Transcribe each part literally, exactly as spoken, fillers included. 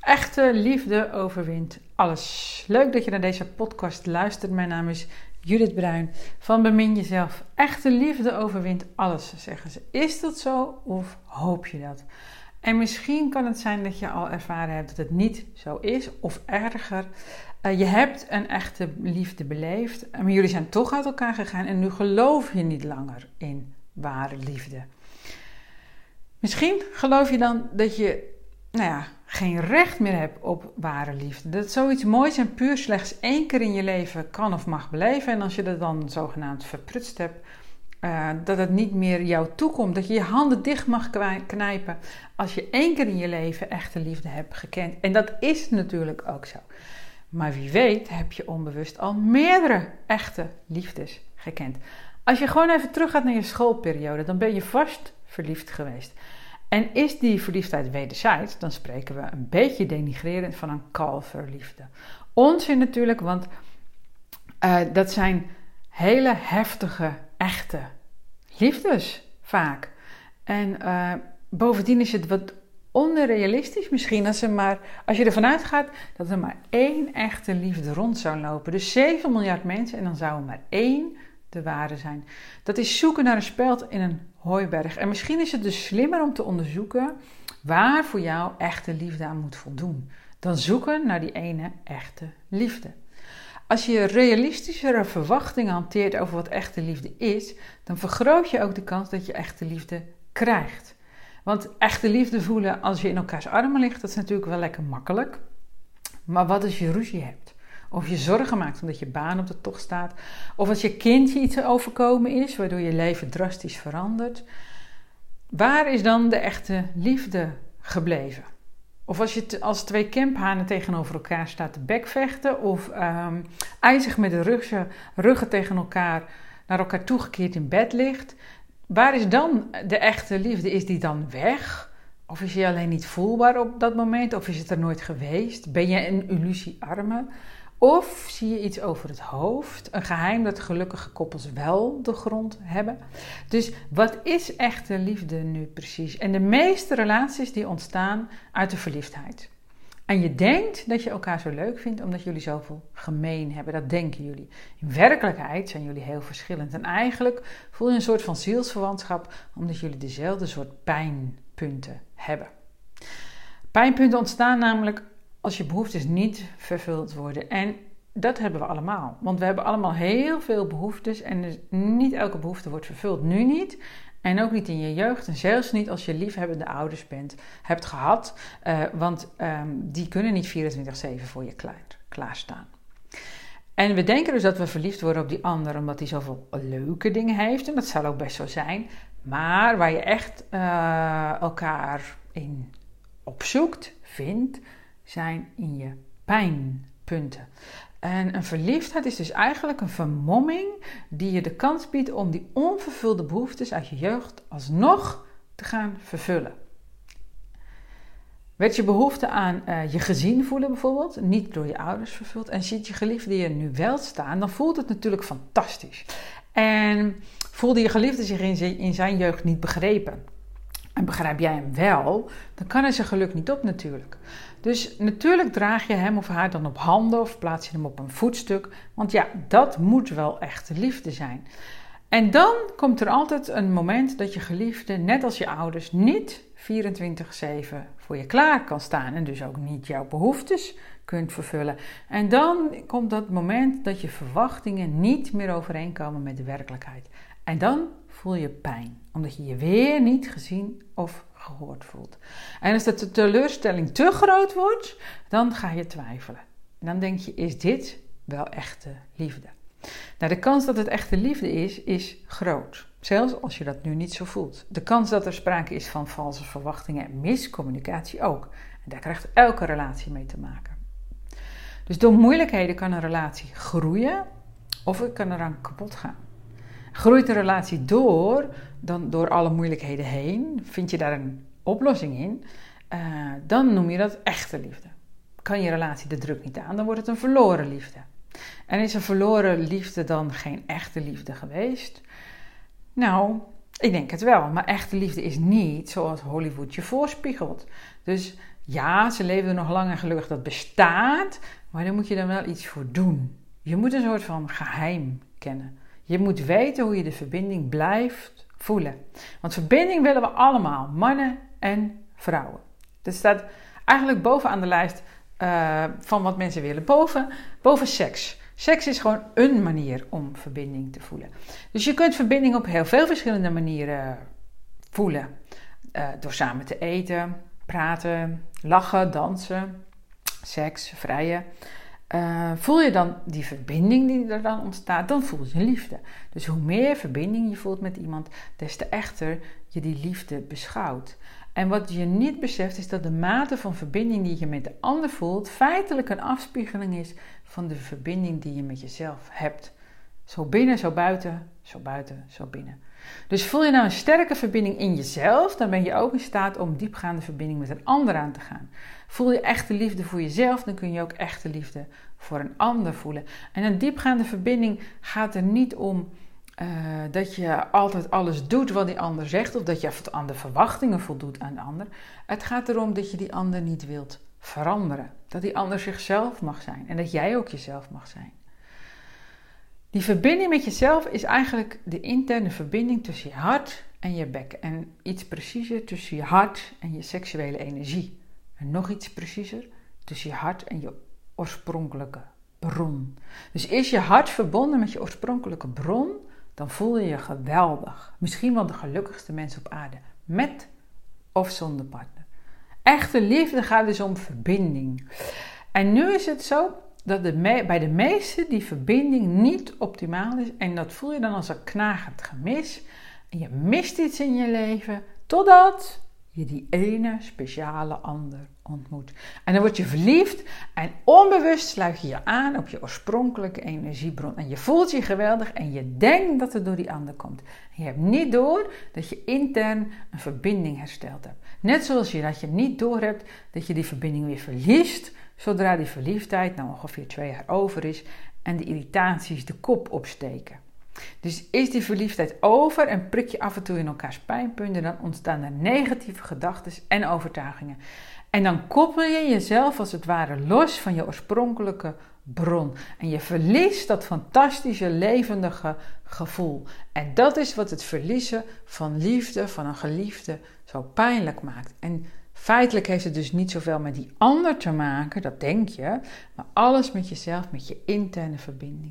Echte liefde overwint alles. Leuk dat je naar deze podcast luistert. Mijn naam is Judith Bruin van Bemin Jezelf. Echte liefde overwint alles, zeggen ze. Is dat zo of hoop je dat? En misschien kan het zijn dat je al ervaren hebt dat het niet zo is of erger. Uh, je hebt een echte liefde beleefd, maar jullie zijn toch uit elkaar gegaan en nu geloof je niet langer in ware liefde. Misschien geloof je dan dat je nou ja, geen recht meer hebt op ware liefde. Dat zoiets moois en puur slechts één keer in je leven kan of mag beleven. En als je dat dan zogenaamd verprutst hebt, uh, dat het niet meer jou toekomt. Dat je je handen dicht mag knijpen als je één keer in je leven echte liefde hebt gekend. En dat is natuurlijk ook zo. Maar wie weet heb je onbewust al meerdere echte liefdes gekend. Als je gewoon even terug gaat naar je schoolperiode, dan ben je vast verliefd geweest. En is die verliefdheid wederzijds, dan spreken we een beetje denigrerend van een kalverliefde. Onzin natuurlijk, want uh, dat zijn hele heftige, echte liefdes vaak. En uh, bovendien is het wat onrealistisch misschien als, er maar, als je ervan uitgaat dat er maar één echte liefde rond zou lopen. Dus zeven miljard mensen en dan zou er maar één de ware zijn. Dat is zoeken naar een speld in een hooiberg. En misschien is het dus slimmer om te onderzoeken waar voor jou echte liefde aan moet voldoen. Dan zoeken naar die ene echte liefde. Als je realistischere verwachtingen hanteert over wat echte liefde is, dan vergroot je ook de kans dat je echte liefde krijgt. Want echte liefde voelen als je in elkaars armen ligt, dat is natuurlijk wel lekker makkelijk. Maar wat als je ruzie hebt? Of je zorgen maakt omdat je baan op de tocht staat. Of als je kindje iets overkomen is, waardoor je leven drastisch verandert. Waar is dan de echte liefde gebleven? Of als je t- als twee kemphanen tegenover elkaar staat te bekvechten. Of um, ijzig met de ruggen, ruggen tegen elkaar naar elkaar toegekeerd in bed ligt. Waar is dan de echte liefde? Is die dan weg? Of is die alleen niet voelbaar op dat moment? Of is het er nooit geweest? Ben je een illusie arme? Of zie je iets over het hoofd, een geheim dat gelukkige koppels wel de grond hebben. Dus wat is echte liefde nu precies? En de meeste relaties die ontstaan uit de verliefdheid. En je denkt dat je elkaar zo leuk vindt omdat jullie zoveel gemeen hebben. Dat denken jullie. In werkelijkheid zijn jullie heel verschillend. En eigenlijk voel je een soort van zielsverwantschap omdat jullie dezelfde soort pijnpunten hebben. Pijnpunten ontstaan namelijk als je behoeftes niet vervuld worden. En dat hebben we allemaal. Want we hebben allemaal heel veel behoeftes. En dus niet elke behoefte wordt vervuld. Nu niet. En ook niet in je jeugd. En zelfs niet als je liefhebbende ouders bent, hebt gehad. Uh, want um, die kunnen niet vierentwintig zeven voor je klaar, klaarstaan. En we denken dus dat we verliefd worden op die ander omdat hij zoveel leuke dingen heeft. En dat zal ook best zo zijn. Maar waar je echt uh, elkaar in opzoekt, vindt, zijn in je pijnpunten. En een verliefdheid is dus eigenlijk een vermomming die je de kans biedt om die onvervulde behoeftes uit je jeugd alsnog te gaan vervullen. Werd je behoefte aan uh, je gezien voelen bijvoorbeeld, niet door je ouders vervuld, en ziet je geliefde je nu wel staan, dan voelt het natuurlijk fantastisch. En voelde je geliefde zich in zijn, in zijn jeugd niet begrepen, en begrijp jij hem wel, dan kan hij zijn geluk niet op natuurlijk. Dus natuurlijk draag je hem of haar dan op handen of plaats je hem op een voetstuk. Want ja, dat moet wel echte liefde zijn. En dan komt er altijd een moment dat je geliefde, net als je ouders, niet vierentwintig zeven voor je klaar kan staan. En dus ook niet jouw behoeftes kunt vervullen. En dan komt dat moment dat je verwachtingen niet meer overeenkomen met de werkelijkheid. En dan voel je pijn, omdat je je weer niet gezien of gehoord voelt. En als de teleurstelling te groot wordt, dan ga je twijfelen. En dan denk je, is dit wel echte liefde? Nou, de kans dat het echte liefde is, is groot. Zelfs als je dat nu niet zo voelt. De kans dat er sprake is van valse verwachtingen en miscommunicatie ook. En daar krijgt elke relatie mee te maken. Dus door moeilijkheden kan een relatie groeien of het kan eraan kapot gaan. Groeit de relatie door, dan door alle moeilijkheden heen, vind je daar een oplossing in, uh, dan noem je dat echte liefde. Kan je relatie de druk niet aan, dan wordt het een verloren liefde. En is een verloren liefde dan geen echte liefde geweest? Nou, ik denk het wel, maar echte liefde is niet zoals Hollywood je voorspiegelt. Dus Ja, ze leven er nog lang en gelukkig, dat bestaat, maar daar moet je dan wel iets voor doen. Je moet een soort van geheim kennen. Je moet weten hoe je de verbinding blijft voelen. Want verbinding willen we allemaal, mannen en vrouwen. Dat staat eigenlijk bovenaan de lijst uh, van wat mensen willen. Boven, boven seks. Seks is gewoon een manier om verbinding te voelen. Dus je kunt verbinding op heel veel verschillende manieren voelen. Uh, door samen te eten, praten, lachen, dansen, seks, vrijen. Uh, voel je dan die verbinding die er dan ontstaat, dan voel je liefde. Dus hoe meer verbinding je voelt met iemand, des te echter je die liefde beschouwt. En wat je niet beseft is dat de mate van verbinding die je met de ander voelt, feitelijk een afspiegeling is van de verbinding die je met jezelf hebt. Zo binnen, zo buiten, zo buiten, zo binnen. Dus voel je nou een sterke verbinding in jezelf, dan ben je ook in staat om diepgaande verbinding met een ander aan te gaan. Voel je echte liefde voor jezelf, dan kun je ook echte liefde voor een ander voelen. En een diepgaande verbinding gaat er niet om uh, dat je altijd alles doet wat die ander zegt, of dat je aan de verwachtingen voldoet aan de ander. Het gaat erom dat je die ander niet wilt veranderen. Dat die ander zichzelf mag zijn en dat jij ook jezelf mag zijn. Die verbinding met jezelf is eigenlijk de interne verbinding tussen je hart en je bek. En iets preciezer tussen je hart en je seksuele energie. En nog iets preciezer tussen je hart en je oorspronkelijke bron. Dus is je hart verbonden met je oorspronkelijke bron, dan voel je je geweldig. Misschien wel de gelukkigste mens op aarde. Met of zonder partner. Echte liefde gaat dus om verbinding. En nu is het zo dat de me- bij de meesten die verbinding niet optimaal is. En dat voel je dan als een knagend gemis. En je mist iets in je leven totdat je die ene speciale ander ontmoet. En dan word je verliefd en onbewust sluit je je aan op je oorspronkelijke energiebron. En je voelt je geweldig en je denkt dat het door die ander komt. En je hebt niet door dat je intern een verbinding hersteld hebt. Net zoals je dat je niet door hebt dat je die verbinding weer verliest zodra die verliefdheid nou ongeveer twee jaar over is en de irritaties de kop opsteken. Dus is die verliefdheid over en prik je af en toe in elkaars pijnpunten, dan ontstaan er negatieve gedachten en overtuigingen. En dan koppel je jezelf als het ware los van je oorspronkelijke bron. En je verliest dat fantastische, levendige gevoel. En dat is wat het verliezen van liefde, van een geliefde, zo pijnlijk maakt. En feitelijk heeft het dus niet zoveel met die ander te maken, dat denk je, maar alles met jezelf, met je interne verbinding.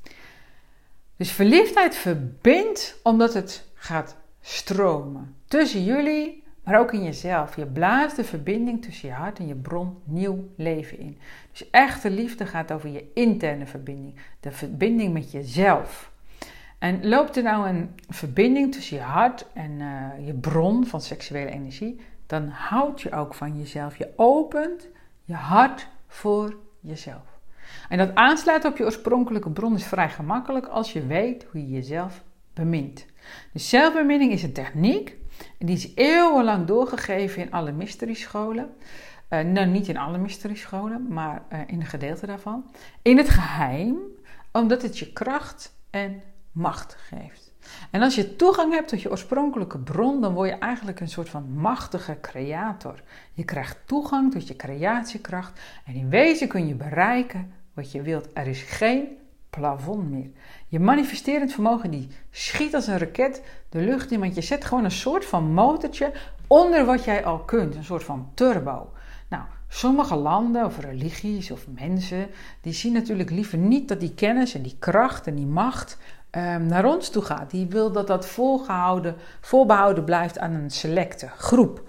Dus verliefdheid verbindt omdat het gaat stromen. Tussen jullie, maar ook in jezelf. Je blaast de verbinding tussen je hart en je bron nieuw leven in. Dus echte liefde gaat over je interne verbinding. De verbinding met jezelf. En loopt er nou een verbinding tussen je hart en uh, je bron van seksuele energie, dan houd je ook van jezelf. Je opent je hart voor jezelf. En dat aansluiten op je oorspronkelijke bron is vrij gemakkelijk als je weet hoe je jezelf bemint. Dus zelfbeminning is een techniek en die is eeuwenlang doorgegeven in alle mystery-scholen. Uh, nou, niet in alle mystery-scholen, maar uh, in een gedeelte daarvan. In het geheim, omdat het je kracht en macht geeft. En als je toegang hebt tot je oorspronkelijke bron, dan word je eigenlijk een soort van machtige creator. Je krijgt toegang tot je creatiekracht en in wezen kun je bereiken wat je wilt. Er is geen plafond meer. Je manifesterend vermogen die schiet als een raket de lucht in, want je zet gewoon een soort van motortje onder wat jij al kunt. Een soort van turbo. Nou, sommige landen of religies of mensen, die zien natuurlijk liever niet dat die kennis en die kracht en die macht um, naar ons toe gaat. Die wil dat dat volgehouden, voorbehouden blijft aan een selecte groep.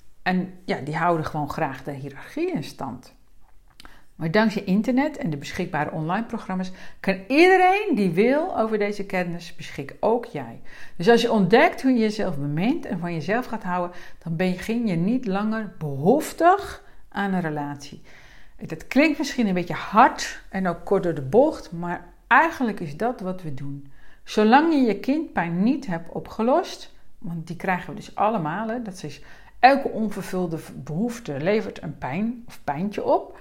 En ja, die houden gewoon graag de hiërarchie in stand. Maar dankzij internet en de beschikbare online programma's kan iedereen die wil over deze kennis beschikken, ook jij. Dus als je ontdekt hoe je jezelf bemint en van jezelf gaat houden, dan begin je niet langer behoeftig aan een relatie. Dat klinkt misschien een beetje hard en ook kort door de bocht, maar eigenlijk is dat wat we doen. Zolang je je kindpijn niet hebt opgelost, want die krijgen we dus allemaal, hè, dat is elke onvervulde behoefte levert een pijn of pijntje op.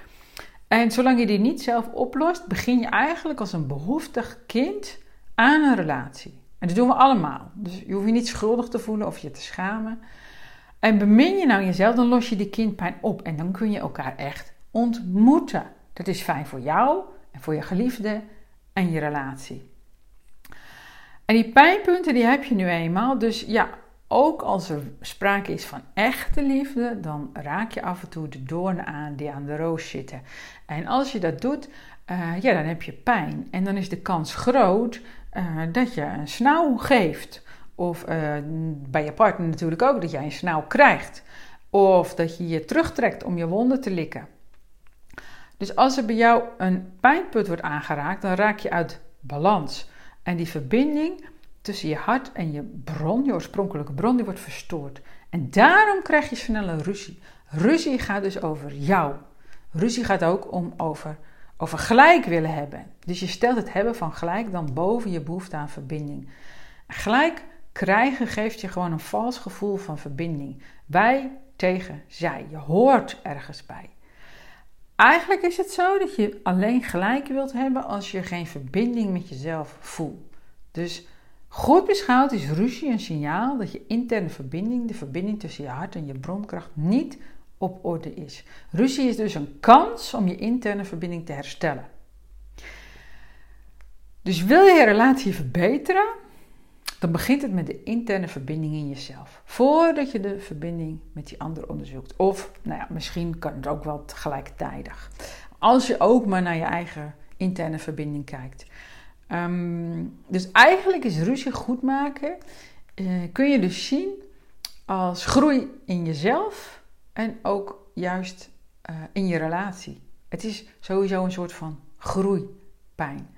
En zolang je die niet zelf oplost, begin je eigenlijk als een behoeftig kind aan een relatie. En dat doen we allemaal. Dus je hoeft je niet schuldig te voelen of je te schamen. En bemin je nou jezelf, dan los je die kindpijn op. En dan kun je elkaar echt ontmoeten. Dat is fijn voor jou en voor je geliefde en je relatie. En die pijnpunten, die heb je nu eenmaal. Dus ja, ook als er sprake is van echte liefde, dan raak je af en toe de doornen aan die aan de roos zitten. En als je dat doet, uh, ja, dan heb je pijn. En dan is de kans groot uh, dat je een snauw geeft. Of uh, bij je partner natuurlijk ook, dat jij een snauw krijgt. Of dat je je terugtrekt om je wonden te likken. Dus als er bij jou een pijnpunt wordt aangeraakt, dan raak je uit balans. En die verbinding tussen je hart en je bron, je oorspronkelijke bron, die wordt verstoord. En daarom krijg je snel een ruzie. Ruzie gaat dus over jou. Ruzie gaat ook om over, over gelijk willen hebben. Dus je stelt het hebben van gelijk dan boven je behoefte aan verbinding. Gelijk krijgen geeft je gewoon een vals gevoel van verbinding. Wij tegen zij. Je hoort ergens bij. Eigenlijk is het zo dat je alleen gelijk wilt hebben als je geen verbinding met jezelf voelt. Dus goed beschouwd is ruzie een signaal dat je interne verbinding, de verbinding tussen je hart en je bronkracht, niet op orde is. Ruzie is dus een kans om je interne verbinding te herstellen. Dus wil je je relatie verbeteren, dan begint het met de interne verbinding in jezelf. Voordat je de verbinding met die ander onderzoekt. Of, nou ja, misschien kan het ook wel tegelijkertijdig. Als je ook maar naar je eigen interne verbinding kijkt. Um, dus eigenlijk is ruzie goed maken. Uh, kun je dus zien als groei in jezelf. En ook juist uh, in je relatie. Het is sowieso een soort van groeipijn.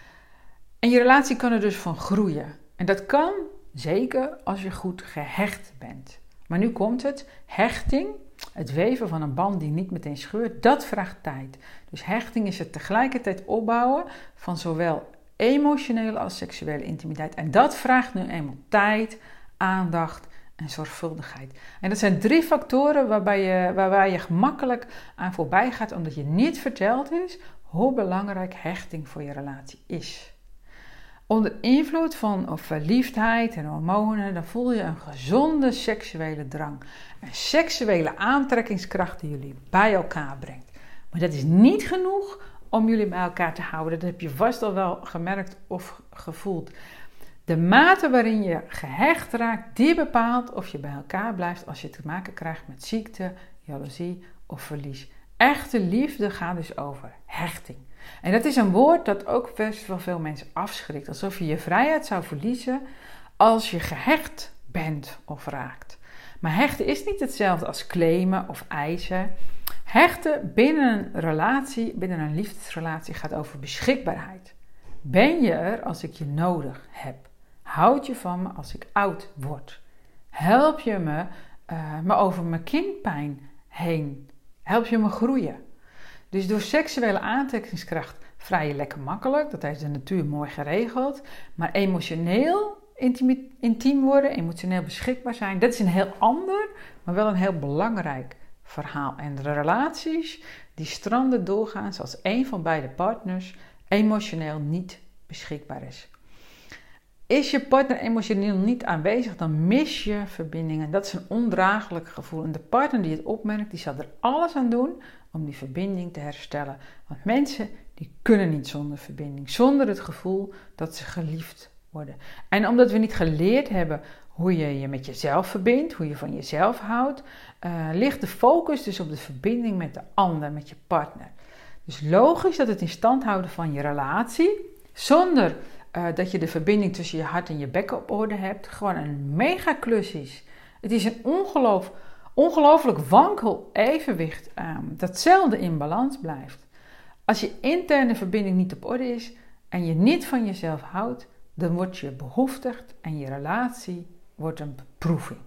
En je relatie kan er dus van groeien. En dat kan zeker als je goed gehecht bent. Maar nu komt het. Hechting, het weven van een band die niet meteen scheurt, dat vraagt tijd. Dus hechting is het tegelijkertijd opbouwen van zowel emotionele als seksuele intimiteit. En dat vraagt nu eenmaal tijd, aandacht en zorgvuldigheid. En dat zijn drie factoren waarbij je, waarbij je gemakkelijk aan voorbij gaat, omdat je niet verteld is hoe belangrijk hechting voor je relatie is. Onder invloed van verliefdheid en hormonen, dan voel je een gezonde seksuele drang. Een seksuele aantrekkingskracht die jullie bij elkaar brengt. Maar dat is niet genoeg om jullie bij elkaar te houden. Dat heb je vast al wel gemerkt of gevoeld. De mate waarin je gehecht raakt, die bepaalt of je bij elkaar blijft als je te maken krijgt met ziekte, jaloezie of verlies. Echte liefde gaat dus over hechting. En dat is een woord dat ook best wel veel mensen afschrikt. Alsof je je vrijheid zou verliezen als je gehecht bent of raakt. Maar hechten is niet hetzelfde als claimen of eisen. Hechten binnen een relatie, binnen een liefdesrelatie gaat over beschikbaarheid. Ben je er als ik je nodig heb? Houd je van me als ik oud word? Help je me, uh, me over mijn kindpijn heen? Help je me groeien? Dus door seksuele aantrekkingskracht vrij je lekker makkelijk. Dat heeft de natuur mooi geregeld. Maar emotioneel intiem, intiem worden, emotioneel beschikbaar zijn, dat is een heel ander, maar wel een heel belangrijk verhaal. En de relaties die stranden doorgaans als een van beide partners emotioneel niet beschikbaar is. Is je partner emotioneel niet aanwezig, dan mis je verbindingen. Dat is een ondraaglijk gevoel. En de partner die het opmerkt, die zal er alles aan doen om die verbinding te herstellen. Want mensen, die kunnen niet zonder verbinding. Zonder het gevoel dat ze geliefd worden. En omdat we niet geleerd hebben hoe je je met jezelf verbindt, hoe je van jezelf houdt, uh, ligt de focus dus op de verbinding met de ander, met je partner. Dus logisch dat het in stand houden van je relatie, zonder uh, dat je de verbinding tussen je hart en je bekken op orde hebt, gewoon een mega klus is. Het is een ongeloof, ongelooflijk wankel evenwicht uh, dat zelden in balans blijft. Als je interne verbinding niet op orde is en je niet van jezelf houdt, dan word je behoeftigd en je relatie wordt een beproeving.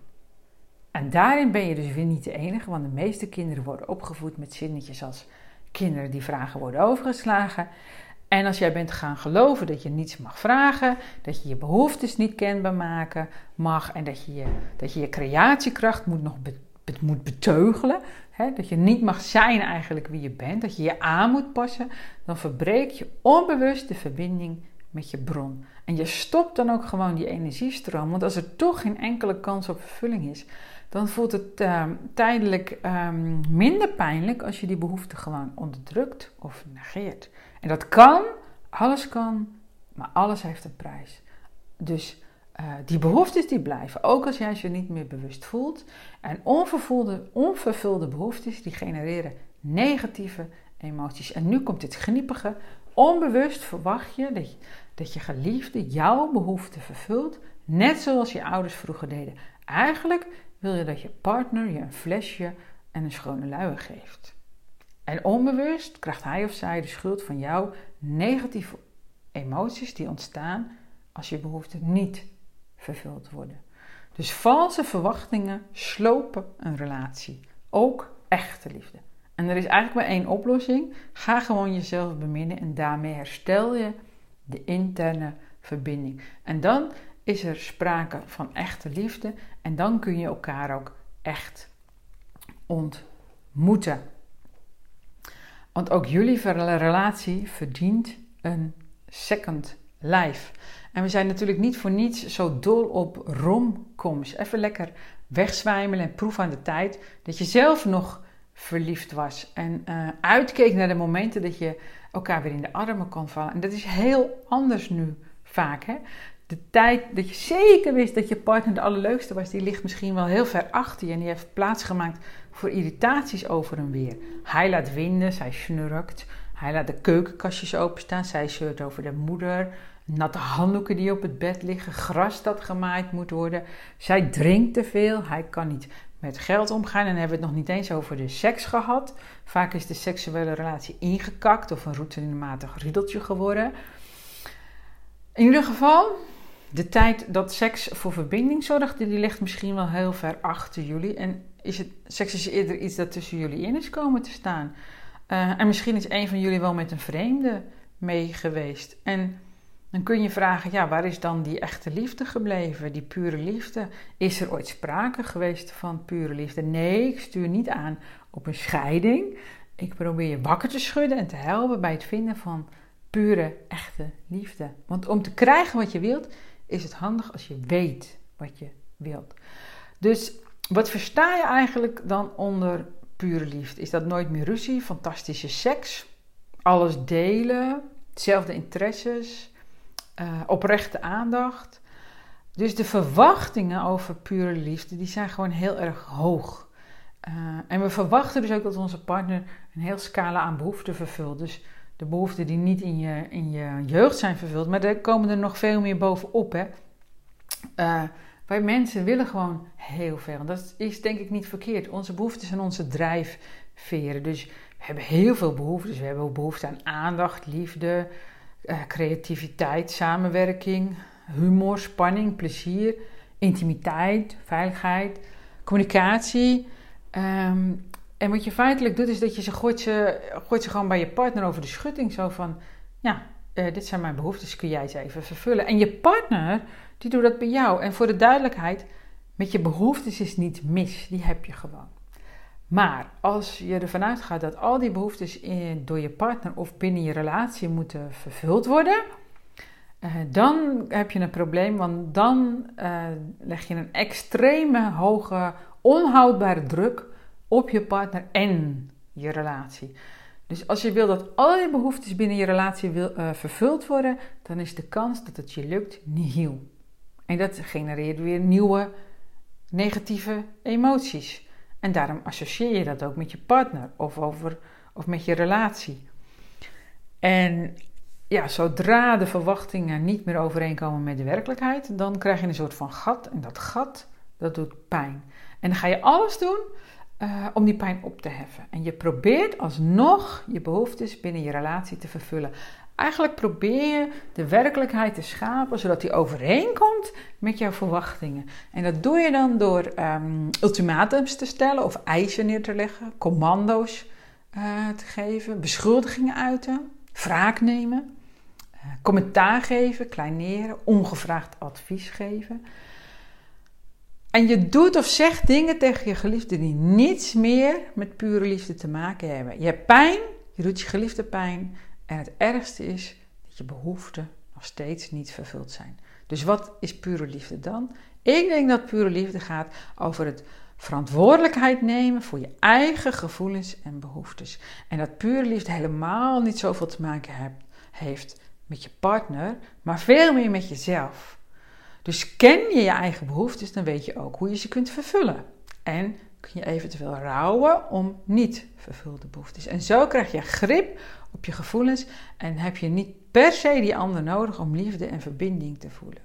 En daarin ben je dus weer niet de enige, want de meeste kinderen worden opgevoed met zinnetjes als kinderen die vragen worden overgeslagen. En als jij bent gaan geloven dat je niets mag vragen, dat je je behoeftes niet kenbaar maken mag en dat je je, dat je, je creatiekracht moet nog be, be, moet beteugelen, hè, dat je niet mag zijn eigenlijk wie je bent, dat je je aan moet passen, dan verbreek je onbewust de verbinding met je bron. En je stopt dan ook gewoon die energiestroom, want als er toch geen enkele kans op vervulling is, dan voelt het uh, tijdelijk um, minder pijnlijk als je die behoefte gewoon onderdrukt of negeert. En dat kan, alles kan, maar alles heeft een prijs. Dus uh, die behoeftes die blijven, ook als jij ze niet meer bewust voelt. En onvervulde, onvervulde behoeftes die genereren negatieve emoties. En nu komt dit gniepige. Onbewust verwacht je dat, je dat je geliefde jouw behoefte vervult, net zoals je ouders vroeger deden. Eigenlijk wil je dat je partner je een flesje en een schone luier geeft. En onbewust krijgt hij of zij de schuld van jouw negatieve emoties die ontstaan als je behoeften niet vervuld worden. Dus valse verwachtingen slopen een relatie. Ook echte liefde. En er is eigenlijk maar één oplossing. Ga gewoon jezelf beminnen en daarmee herstel je de interne verbinding. En dan is er sprake van echte liefde en dan kun je elkaar ook echt ontmoeten. Want ook jullie relatie verdient een second life. En we zijn natuurlijk niet voor niets zo dol op romcoms. Even lekker wegzwijmelen en proef aan de tijd dat je zelf nog verliefd was. En uh, uitkeek naar de momenten dat je elkaar weer in de armen kon vallen. En dat is heel anders nu vaak. Hè? De tijd dat je zeker wist dat je partner de allerleukste was, die ligt misschien wel heel ver achter je. En die heeft plaatsgemaakt voor irritaties over en weer. Hij laat winden, zij snurkt. Hij laat de keukenkastjes openstaan, zij zeurt over de moeder. Natte handdoeken die op het bed liggen, gras dat gemaaid moet worden. Zij drinkt te veel, hij kan niet met geld omgaan. En dan hebben we het nog niet eens over de seks gehad. Vaak is de seksuele relatie ingekakt of een routinematig riedeltje geworden. In ieder geval, de tijd dat seks voor verbinding zorgde, die ligt misschien wel heel ver achter jullie. En is het, seks is eerder iets dat tussen jullie in is komen te staan. Uh, en misschien is een van jullie wel met een vreemde mee geweest. En dan kun je vragen, ja, waar is dan die echte liefde gebleven? Die pure liefde? Is er ooit sprake geweest van pure liefde? Nee, ik stuur niet aan op een scheiding. Ik probeer je wakker te schudden en te helpen bij het vinden van pure, echte liefde. Want om te krijgen wat je wilt, is het handig als je weet wat je wilt. Dus wat versta je eigenlijk dan onder pure liefde? Is dat nooit meer ruzie, fantastische seks, alles delen, hetzelfde interesses, uh, oprechte aandacht? Dus de verwachtingen over pure liefde, die zijn gewoon heel erg hoog. Uh, en we verwachten dus ook dat onze partner een heel scala aan behoeften vervult. Dus de behoeften die niet in je, in je jeugd zijn vervuld, maar er komen er nog veel meer bovenop. Hè? Uh, wij mensen willen gewoon heel veel. En dat is denk ik niet verkeerd. Onze behoeften zijn onze drijfveren. Dus we hebben heel veel behoeftes. We hebben ook behoefte aan aandacht, liefde, uh, creativiteit, samenwerking, humor, spanning, plezier, intimiteit, veiligheid, communicatie. Um, En wat je feitelijk doet, is dat je ze gooit, ze gooit ze gewoon bij je partner over de schutting. Zo van, ja, uh, dit zijn mijn behoeftes, kun jij ze even vervullen. En je partner, die doet dat bij jou. En voor de duidelijkheid, met je behoeftes is niets mis. Die heb je gewoon. Maar als je ervan uitgaat dat al die behoeftes in, door je partner of binnen je relatie moeten vervuld worden, uh, dan heb je een probleem. Want dan uh, leg je een extreme hoge, onhoudbare druk op je partner en je relatie. Dus als je wil dat al je behoeftes binnen je relatie wil, uh, vervuld worden, dan is de kans dat het je lukt nihil. En dat genereert weer nieuwe negatieve emoties. En daarom associeer je dat ook met je partner of, over, of met je relatie. En ja, zodra de verwachtingen niet meer overeenkomen met de werkelijkheid, dan krijg je een soort van gat. En dat gat, dat doet pijn. En dan ga je alles doen Uh, om die pijn op te heffen. En je probeert alsnog je behoeftes binnen je relatie te vervullen. Eigenlijk probeer je de werkelijkheid te schapen, zodat die overeenkomt met jouw verwachtingen. En dat doe je dan door um, ultimatums te stellen of eisen neer te leggen, commando's uh, te geven, beschuldigingen uiten, wraak nemen, uh, commentaar geven, kleineren, ongevraagd advies geven. En je doet of zegt dingen tegen je geliefde die niets meer met pure liefde te maken hebben. Je hebt pijn, je doet je geliefde pijn. En het ergste is dat je behoeften nog steeds niet vervuld zijn. Dus wat is pure liefde dan? Ik denk dat pure liefde gaat over het verantwoordelijkheid nemen voor je eigen gevoelens en behoeftes. En dat pure liefde helemaal niet zoveel te maken hebt, heeft met je partner, maar veel meer met jezelf. Dus ken je je eigen behoeftes, dan weet je ook hoe je ze kunt vervullen. En kun je eventueel rouwen om niet vervulde behoeftes. En zo krijg je grip op je gevoelens en heb je niet per se die ander nodig om liefde en verbinding te voelen.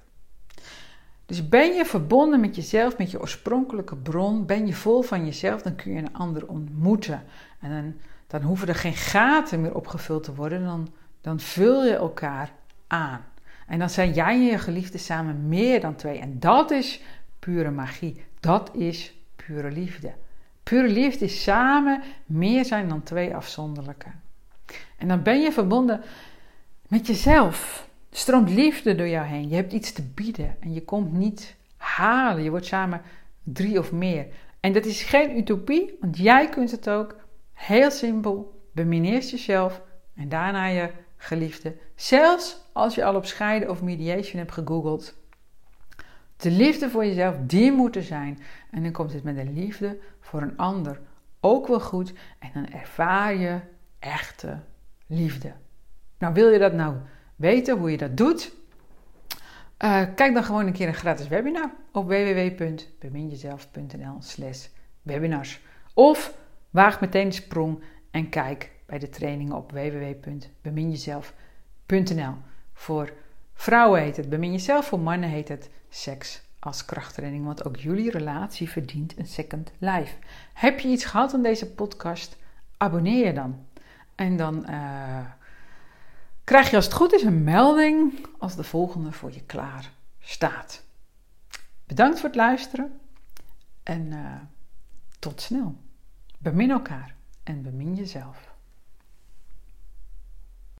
Dus ben je verbonden met jezelf, met je oorspronkelijke bron, ben je vol van jezelf, dan kun je een ander ontmoeten. En dan, dan hoeven er geen gaten meer opgevuld te worden, dan, dan vul je elkaar aan. En dan zijn jij en je geliefde samen meer dan twee. En dat is pure magie. Dat is pure liefde. Pure liefde is samen meer zijn dan twee afzonderlijke. En dan ben je verbonden met jezelf. Er stroomt liefde door jou heen. Je hebt iets te bieden en je komt niet halen. Je wordt samen drie of meer. En dat is geen utopie, want jij kunt het ook. Heel simpel. Bemin eerst jezelf en daarna je geliefde. Zelfs als je al op scheiden of mediation hebt gegoogeld. De liefde voor jezelf, die moet er zijn. En dan komt het met de liefde voor een ander ook wel goed. En dan ervaar je echte liefde. Nou, wil je dat nou weten, hoe je dat doet? Uh, kijk dan gewoon een keer een gratis webinar op w w w punt beminjezelf punt n l slash webinars. Of waag meteen de sprong en kijk bij de trainingen op w w w punt beminjezelf punt n l. Voor vrouwen heet het Bemin Jezelf, voor mannen heet het Seks als krachttraining. Want ook jullie relatie verdient een second life. Heb je iets gehad aan deze podcast? Abonneer je dan. En dan uh, krijg je als het goed is een melding als de volgende voor je klaar staat. Bedankt voor het luisteren en uh, tot snel. Bemin elkaar en bemin jezelf.